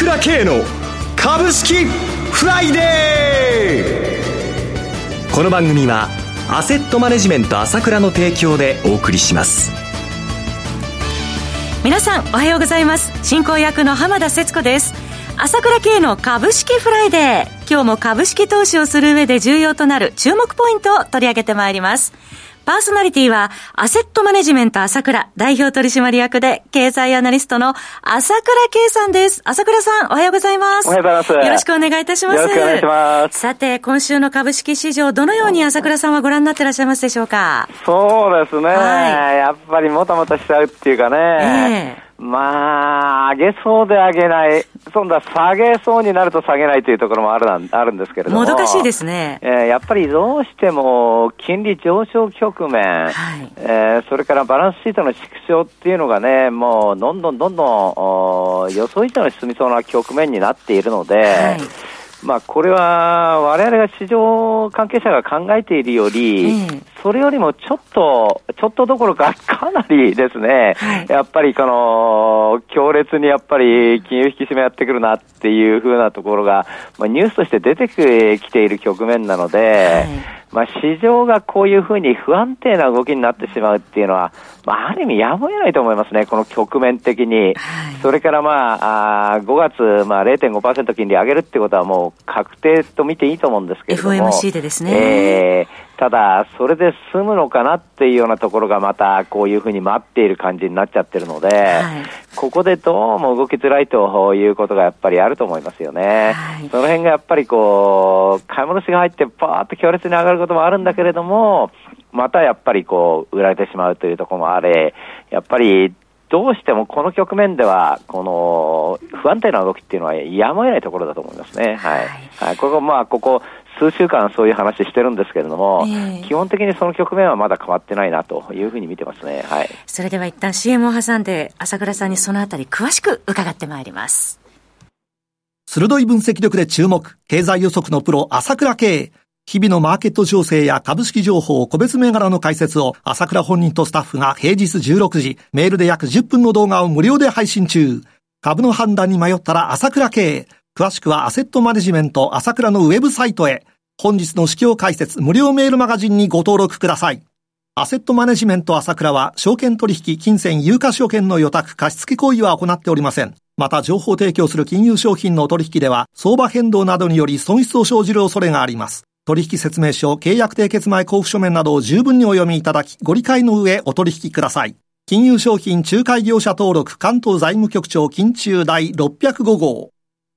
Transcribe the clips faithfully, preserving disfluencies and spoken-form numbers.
倉慶の株式フライデー。この番組はアセットマネジメント朝倉の提供でお送りします。 皆さんおはようございます。進行役の浜田節子です。朝倉慶の株式フライデー。今日も株式投資をする上で重要となる注目ポイントを取り上げてまいります。パーソナリティはアセットマネジメント朝倉代表取締役で経済アナリストの朝倉慶さんです。朝倉さんおはようございます。 おはようございます。 よろしくお願いいたします。 よろしくお願いします。 さて今週の株式市場どのように朝倉さんはご覧になっていらっしゃいますでしょうか。 そうですね、 はい、 やっぱりもたもたしちゃうっていうかね、えーまあ、上げそうで上げない。今度は下げそうになると下げないというところもあるなんあるんですけれども。 もどかしいですね。 えー、やっぱりどうしても金利上昇局面、はいえー、それからバランスシートの縮小っていうのがね、もうどんどんどんどん予想以上に進みそうな局面になっているので、はいまあ、これは我々が市場関係者が考えているより、うん、それよりもちょっと、ちょっとどころかかなりですね、はい、やっぱりこの強烈にやっぱり金融引き締めやってくるなっていう風なところが、まあ、ニュースとして出てきている局面なので、はいまあ、市場がこういうふうに不安定な動きになってしまうっていうのは、まあ、ある意味やむを得ないと思いますね、この局面的に。はい、それからまあ、あごがつ、まあ、れいてんごパーセント 金利上げるってことはもう確定と見ていいと思うんですけれども。 エフオーエムシー でですね。 えーただ、それで済むのかなっていうようなところがまたこういうふうに待っている感じになっちゃってるので、はい、ここでどうも動きづらいということがやっぱりあると思いますよね。はい、その辺がやっぱりこう、買い戻しが入ってパーッと強烈に上がることもあるんだけれども、またやっぱりこう、売られてしまうというところもあれ、やっぱりどうしてもこの局面では、この不安定な動きっていうのはやむを得ないところだと思いますね。はい。はい、ここ、まあ、ここ、数週間そういう話してるんですけれども、えー、基本的にその局面はまだ変わってないなというふうに見てますね。はい。 それでは一旦 シーエム を挟んで朝倉さんにそのあたり詳しく伺ってまいります。 鋭い分析力で注目、経済予測のプロ朝倉慶。日々のマーケット情勢や株式情報、個別銘柄の解説を朝倉本人とスタッフが平日じゅうろくじ、メールで約じゅっぷんの動画を無料で配信中。株の判断に迷ったら朝倉慶。詳しくはアセットマネジメント朝倉のウェブサイトへ。本日の指標解説無料メールマガジンにご登録ください。アセットマネジメント朝倉は証券取引、金銭、有価証券の予託、貸付行為は行っておりません。また情報提供する金融商品の取引では相場変動などにより損失を生じる恐れがあります。取引説明書、契約締結前交付書面などを十分にお読みいただき、ご理解の上お取引ください。金融商品仲介業者登録関東財務局長金中第ろっぴゃくご号。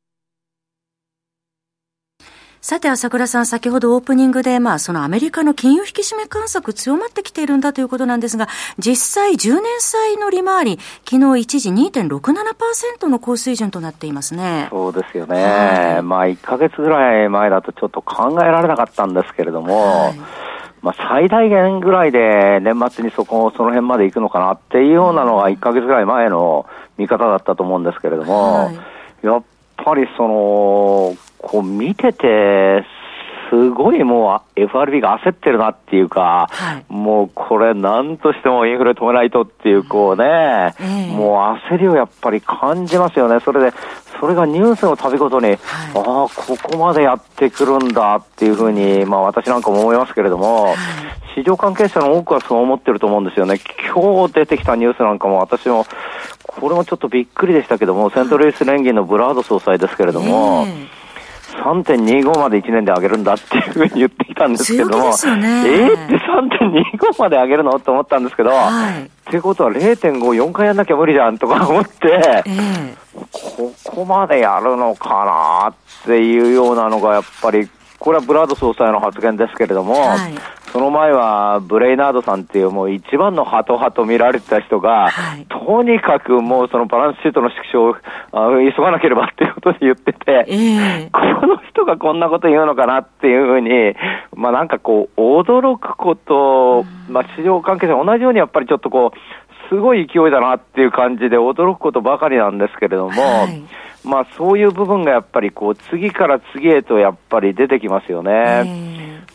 さて朝倉さん、先ほどオープニングで、まあ、そのアメリカの金融引き締め観測強まってきているんだということなんですが、実際じゅうねん債の利回り、昨日一時 にてんろくななパーセント の高水準となっていますね。 そうですよね。はい、まあいっかげつぐらい前だとちょっと考えられなかったんですけれども、はいまあ、最大限ぐらいで年末にそこ、その辺まで行くのかなっていうようなのがいっかげつぐらい前の見方だったと思うんですけれども、はい、やっぱりその、こう見てて、すごいもう エフアールビー が焦ってるなっていうか、はい、もうこれ何としてもインフレ止めないとっていうこうね、えー、もう焦りをやっぱり感じますよね。それで、それがニュースの度ごとに、はい、ああ、ここまでやってくるんだっていうふうに、まあ私なんかも思いますけれども、はい、市場関係者の多くはそう思ってると思うんですよね。今日出てきたニュースなんかも私も、これもちょっとびっくりでしたけども、セントルイス連銀のブラード総裁ですけれども、えーさんてんにご までいちねんで上げるんだっていうふうに言ってきたんですけども、 強気ですよね。 えー、って さんてんにご まで上げるのと思ったんですけど、はい、ってことは れいてんご、よんかいやんなきゃ無理じゃんとか思って、えー、ここまでやるのかなっていうようなのがやっぱり、これはブラード総裁の発言ですけれども、はい、その前はブレイナードさんっていうもう一番のハト派と見られてた人が、はい、とにかくもうそのバランスシートの縮小を急がなければっていうことで言ってて、えー、この人がこんなこと言うのかなっていうふうに、まあなんかこう驚くこと、うん、まあ市場関係者同じようにやっぱりちょっとこうすごい勢いだなっていう感じで驚くことばかりなんですけれども、はい、まあそういう部分がやっぱりこう次から次へとやっぱり出てきますよね。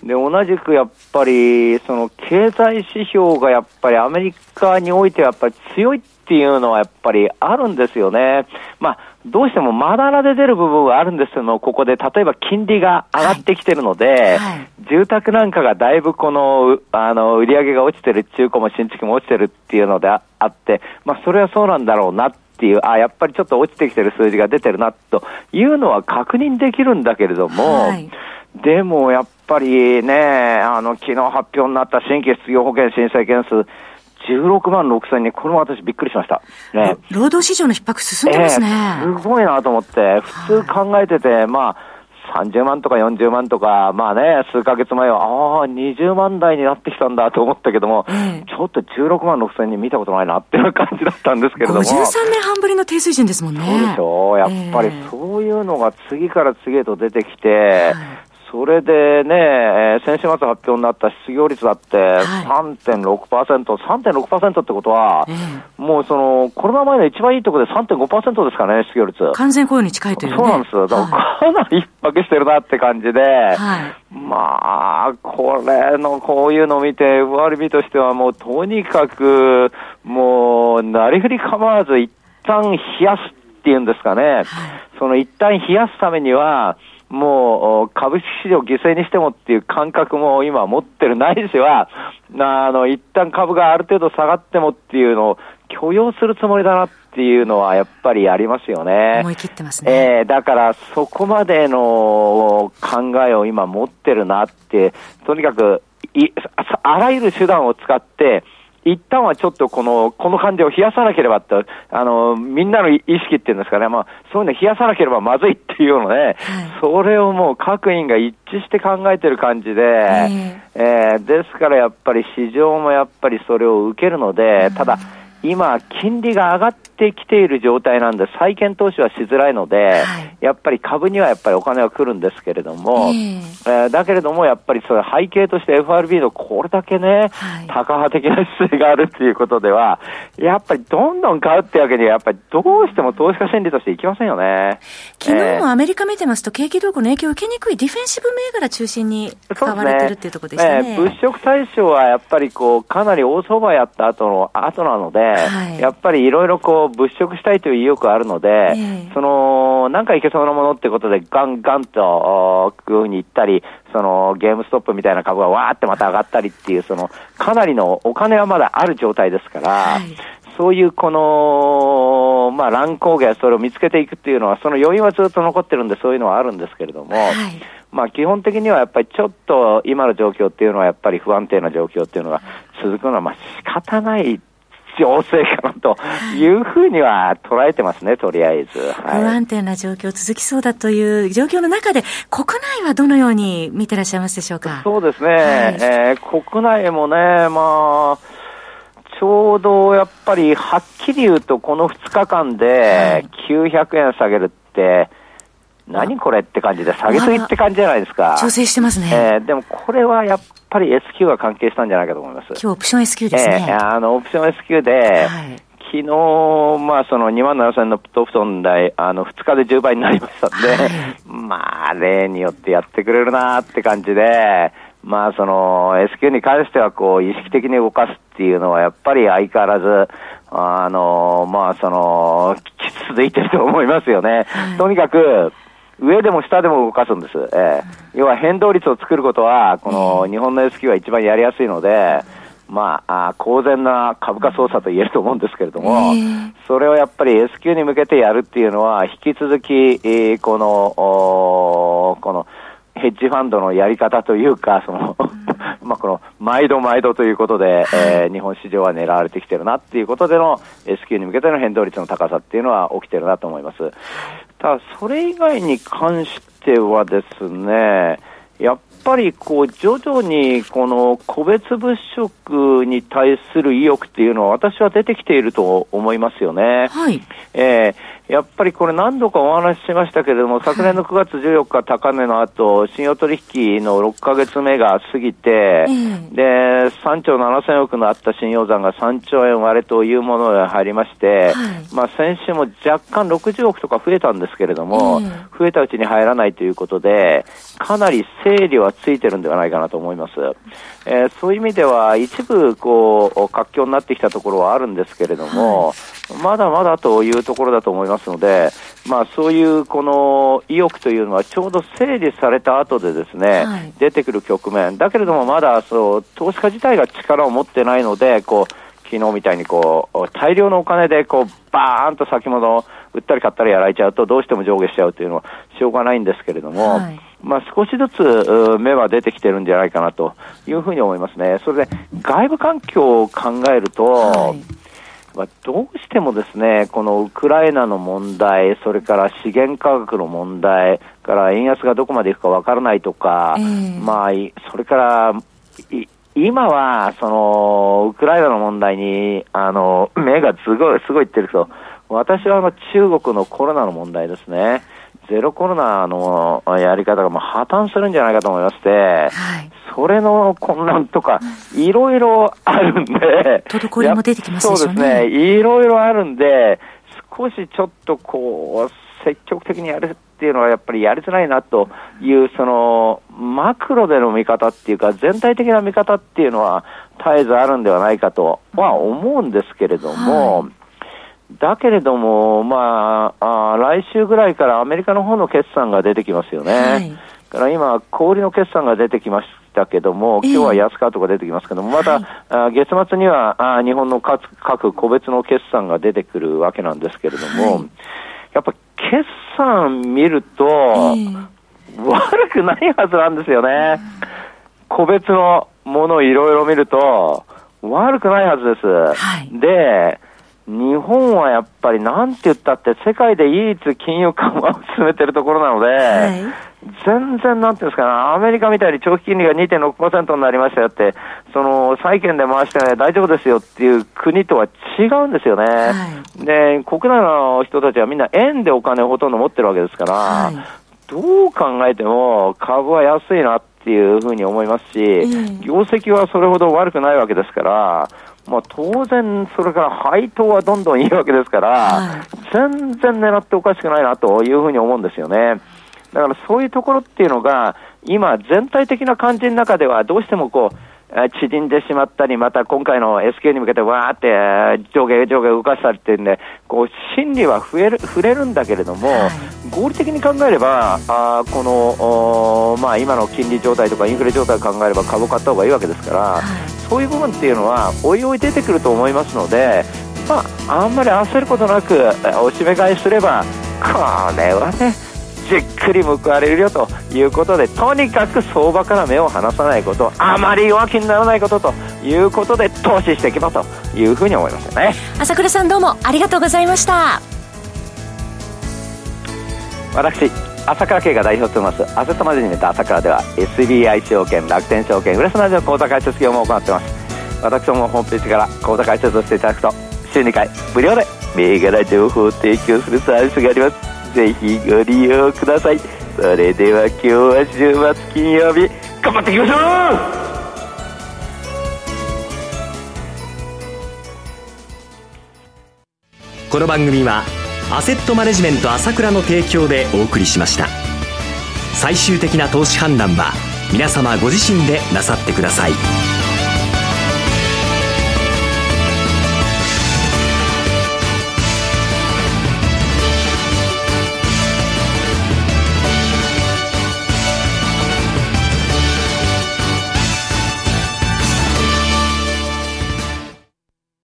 で、同じくやっぱり、その経済指標がやっぱりアメリカにおいてはやっぱり強いっていうのはやっぱりあるんですよね。まあ、どうしてもまだらで出る部分はあるんですけども、ここで例えば金利が上がってきてるので、はいはい、住宅なんかがだいぶこの、あの、売り上げが落ちてる、中古も新築も落ちてるっていうのであって、まあ、それはそうなんだろうなっていう、あ、やっぱりちょっと落ちてきてる数字が出てるなというのは確認できるんだけれども、はい、でもやっぱりね、あの、昨日発表になった新規失業保険申請件数、じゅうろくまんろくせんにん、これも私びっくりしました。ね、 労働市場の逼迫進んでますね。 えー、すごいなと思って、普通考えてて、はい、まあ、さんじゅうまんとかよんじゅうまんとか、まあね、数ヶ月前は、ああ、にじゅうまん台になってきたんだと思ったけども、えー、ちょっとじゅうろくまんろくせんにん見たことないなっていう感じだったんですけれども。 ごじゅうさんねんはんぶりの低水準ですもんね。 そうでしょう。やっぱりそういうのが次から次へと出てきて、えーそれでね、先週末発表になった失業率だって さんてんろくパーセント、はい、さんてんろくパーセント ってことは、えー、もうそのコロナ前の一番いいところで さんてんごパーセント ですかね、失業率。 完全雇用に近いというね。 そうなんです。だからかなり逼迫してるなって感じで、はい、まあ、これの、こういうのを見て、エフアールビー としてはもうとにかく、もう、なりふり構わず一旦冷やすっていうんですかね、はい、その一旦冷やすためには、もう株式市場を犠牲にしてもっていう感覚も今持ってるないしは、あの、一旦株がある程度下がってもっていうのを許容するつもりだなっていうのはやっぱりありますよね。 思い切ってますね。 えー、だからそこまでの考えを今持ってるなって、とにかくい、あらゆる手段を使って、一旦はちょっとこの、この感じを冷やさなければって、あの、みんなの意識っていうんですかね、まあ、そういうの冷やさなければまずいっていうのね、はい、それをもう各員が一致して考えてる感じで、えーえー、ですからやっぱり市場もやっぱりそれを受けるので、ただ、今、金利が上がってきている状態なんで、債券投資はしづらいので、はい、やっぱり株にはやっぱりお金は来るんですけれども、えーえー、だけれども、やっぱりそれ背景として エフアールビー のこれだけね、はい、タカ派的な姿勢があるっていうことでは、やっぱりどんどん買うってわけには、やっぱりどうしても投資家心理としていきませんよね。 昨日もアメリカ見てますと、景気動向の影響を受けにくいディフェンシブ銘柄中心に買われてるっていうところでしたね。ね、 物色対象はやっぱりこう、かなり大相場やった後の、後なので、はい、やっぱりいろいろこう物色したいという意欲があるので、えー、そのなんかいけそうなものってことでガンガンとこういう風に行ったり、そのゲームストップみたいな株がわーってまた上がったりっていう、そのかなりのお金はまだある状態ですから、はい、そういうこのまあ乱高下、それを見つけていくっていうのは、その余韻はずっと残ってるんで、そういうのはあるんですけれども、はい、まあ基本的にはやっぱりちょっと今の状況っていうのはやっぱり不安定な状況っていうのが続くのはまあ仕方ない情勢かなというふうには捉えてますね、とりあえず。 はい、不安定な状況続きそうだという状況の中で、国内はどのように見てらっしゃいますでしょうか。 そうですね、はい、えー、国内もね、まあ、ちょうどやっぱりはっきり言うと、このふつかかんできゅうひゃくえん下げるって、何これって感じで、下げすぎって感じじゃないですか。 調整してますね。 えー、でもこれはやっぱり エスキュー が関係したんじゃないかと思います。 今日オプション エスキュー ですね。 えー、あのオプション エスキュー で、はい、昨日、まあそのにまんななせんのプットオプション台、あのふつかでじゅうばいになりましたんで、はい、まあ例によってやってくれるなって感じで、まあその エスキュー に関してはこう意識的に動かすっていうのはやっぱり相変わらず、あの、まあその、続いてると思いますよね。はい、とにかく、上でも下でも動かすんです。えー、要は変動率を作ることは、この日本の エスキュー は一番やりやすいので、まあ、あ公然な株価操作と言えると思うんですけれども、それをやっぱり エスキュー に向けてやるっていうのは、引き続き、えー、この、この、ヘッジファンドのやり方というか、その、まあこの、毎度毎度ということで、えー、日本市場は狙われてきてるなっていうことでの エスキュー に向けての変動率の高さっていうのは起きてるなと思います。ただ、それ以外に関してはですね、やっぱりこう、徐々にこの個別物色に対する意欲っていうのは私は出てきていると思いますよね。 はい。 えーやっぱりこれ何度かお話ししましたけれども、昨年のくがつじゅうよっか高値の後、信用取引のろっかげつめが過ぎて、で、さんちょうななせんおくのあった信用残がさんちょうえん割れというものが入りまして、まあ先週も若干ろくじゅうおくとか増えたんですけれども、増えたうちに入らないということで、かなり整理はついてるんではないかなと思います。えー、そういう意味では一部こう活況になってきたところはあるんですけれども、はい、まだまだというところだと思いますので、まあそういうこの意欲というのはちょうど整理された後でですね、はい、出てくる局面だけれども、まだそう投資家自体が力を持ってないので、こう昨日みたいにこう大量のお金でこうバーンと先物を売ったり買ったりやられちゃうとどうしても上下しちゃうというのはしょうがないんですけれども、はい、まあ少しずつ目は出てきてるんじゃないかなというふうに思いますね。それで外部環境を考えると、はい、まあ、どうしてもですね、このウクライナの問題、それから資源価格の問題から円安がどこまでいくかわからないとか、えー、まあそれから今はそのウクライナの問題にあの目がすごいすごい言ってるけど、私はあの中国のコロナの問題ですね。ゼロコロナのやり方がもう破綻するんじゃないかと思いまして、はい、それの混乱とかいろいろあるんで、 滞りも出てきますでしょうね。 そうですね、いろいろあるんで、少しちょっとこう積極的にやるっていうのはやっぱりやりづらいなという、そのマクロでの見方っていうか全体的な見方っていうのは絶えずあるんではないかとは思うんですけれども、はい、だけれども、まあ、あ来週ぐらいからアメリカの方の決算が出てきますよね。はい、だから今、小売りの決算が出てきましたけども、今日は安川とか出てきますけども、えー、また、はい、あ月末にはあ日本の各、各個別の決算が出てくるわけなんですけれども、はい、やっぱ決算見ると、えー、悪くないはずなんですよね。個別のものをいろいろ見ると悪くないはずです。はい、で、日本はやっぱりなんて言ったって世界で唯一金融緩和を進めているところなので、はい、全然なんていうんですかね、アメリカみたいに長期金利が にてんろくパーセント になりましたよって、その債券で回して、ね、大丈夫ですよっていう国とは違うんですよね。はい、で、国内の人たちはみんな円でお金をほとんど持ってるわけですから、はい、どう考えても株は安いなっていうふうに思いますし、うん、業績はそれほど悪くないわけですから、まあ、当然それから配当はどんどんいいわけですから、はい、全然狙っておかしくないなというふうに思うんですよね。だからそういうところっていうのが今全体的な感じの中ではどうしてもこう縮んでしまったり、また今回の エスケー に向けてわーって上下上下動かしたりっていうんで、こう心理は増える触れるんだけれども、はい、合理的に考えればあこの、まあ、今の金利状態とかインフレ状態を考えれば株を買った方がいいわけですから、はい、そういう部分っていうのはおいおい出てくると思いますので、まあ、あんまり焦ることなくおしめ買いすればこれはねじっくり報われるよということで、とにかく相場から目を離さないこと、あまり弱気にならないことということで投資していけばというふうに思いますよね。 朝倉さん、どうもありがとうございました。 私朝倉慶が代表を務めますアセットマネジメント朝倉では エスビーアイ 証券、楽天証券、浦島の口座開設業務を行っています。私どもホームページから口座開設をしていただくと週にかい無料で銘柄情報を提供するサービスがあります。ぜひご利用ください。それでは今日は週末金曜日頑張っていきましょう。 この番組はアセットマネジメント朝倉の提供でお送りしました。最終的な投資判断は皆様ご自身でなさってください。